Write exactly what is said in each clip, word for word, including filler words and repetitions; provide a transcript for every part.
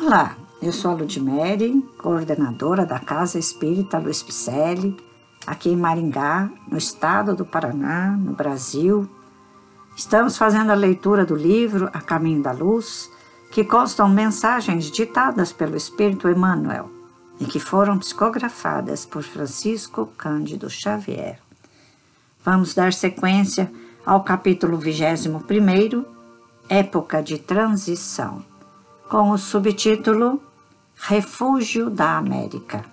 Olá, eu sou a Ludmere, coordenadora da Casa Espírita Luiz Picelli, aqui em Maringá, no estado do Paraná, no Brasil. Estamos fazendo a leitura do livro A Caminho da Luz, que constam mensagens ditadas pelo Espírito Emmanuel e que foram psicografadas por Francisco Cândido Xavier. Vamos dar sequência ao capítulo vigésimo primeiro, Época de Transição, com o subtítulo Refúgio da América.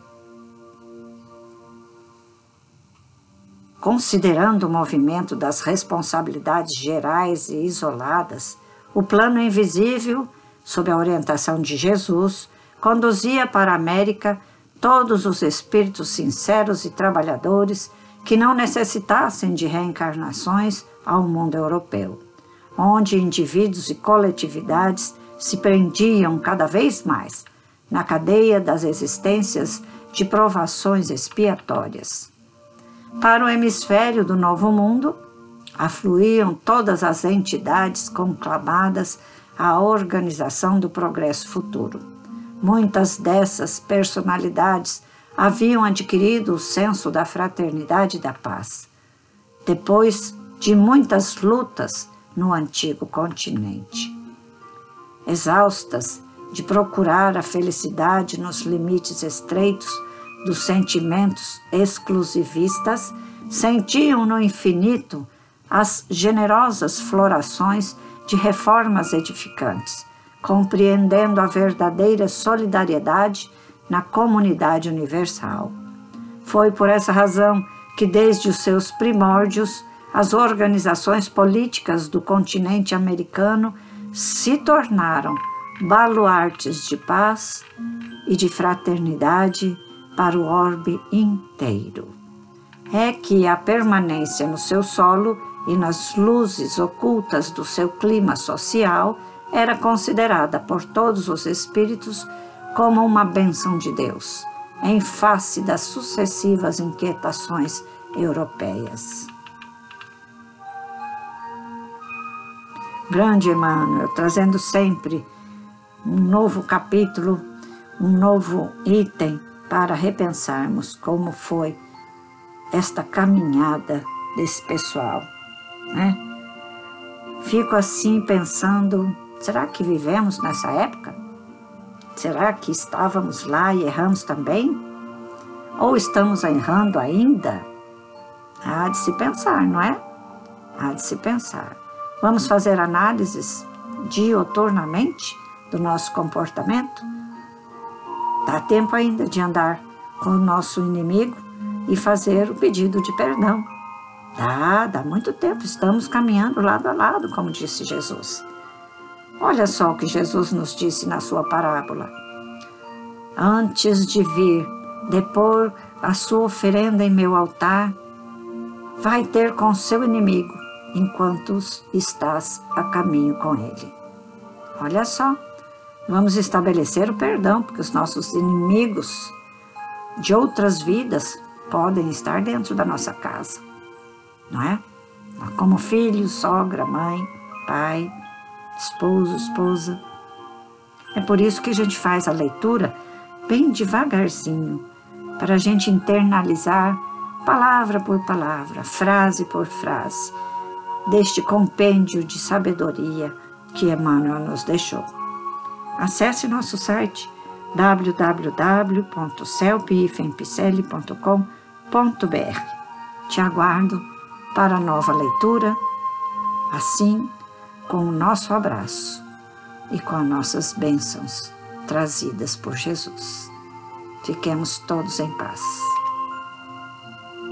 Considerando o movimento das responsabilidades gerais e isoladas, o plano invisível, sob a orientação de Jesus, conduzia para a América todos os espíritos sinceros e trabalhadores que não necessitassem de reencarnações ao mundo europeu, onde indivíduos e coletividades se prendiam cada vez mais na cadeia das existências de provações expiatórias. Para o hemisfério do Novo Mundo, afluíam todas as entidades conclamadas à organização do progresso futuro. Muitas dessas personalidades haviam adquirido o senso da fraternidade e da paz, depois de muitas lutas no antigo continente. Exaustas de procurar a felicidade nos limites estreitos dos sentimentos exclusivistas, sentiam no infinito as generosas florações de reformas edificantes, compreendendo a verdadeira solidariedade na comunidade universal. Foi por essa razão que, desde os seus primórdios, as organizações políticas do continente americano se tornaram baluartes de paz e de fraternidade para o orbe inteiro. É que a permanência no seu solo e nas luzes ocultas do seu clima social era considerada por todos os espíritos como uma bênção de Deus, em face das sucessivas inquietações europeias. Grande Emmanuel, trazendo sempre um novo capítulo, um novo item para repensarmos como foi esta caminhada desse pessoal, né? Fico assim pensando, será que vivemos nessa época? Será que estávamos lá e erramos também? Ou estamos errando ainda? Há de se pensar, não é? Há de se pensar. Vamos fazer análises dioturnamente do nosso comportamento? Dá tempo ainda de andar com o nosso inimigo e fazer o pedido de perdão. Dá, dá muito tempo, estamos caminhando lado a lado, como disse Jesus. Olha só o que Jesus nos disse na sua parábola. Antes de vir depor a sua oferenda em meu altar, vai ter com seu inimigo, enquanto estás a caminho com ele. Olha só, vamos estabelecer o perdão, porque os nossos inimigos de outras vidas podem estar dentro da nossa casa, não é? Como filho, sogra, mãe, pai, esposo, esposa. É por isso que a gente faz a leitura bem devagarzinho, para a gente internalizar palavra por palavra, frase por frase, deste compêndio de sabedoria que Emmanuel nos deixou. Acesse nosso site w w w ponto celp hífen picelli ponto com ponto b r. Te aguardo para a nova leitura, assim com o nosso abraço e com as nossas bênçãos trazidas por Jesus. Fiquemos todos em paz.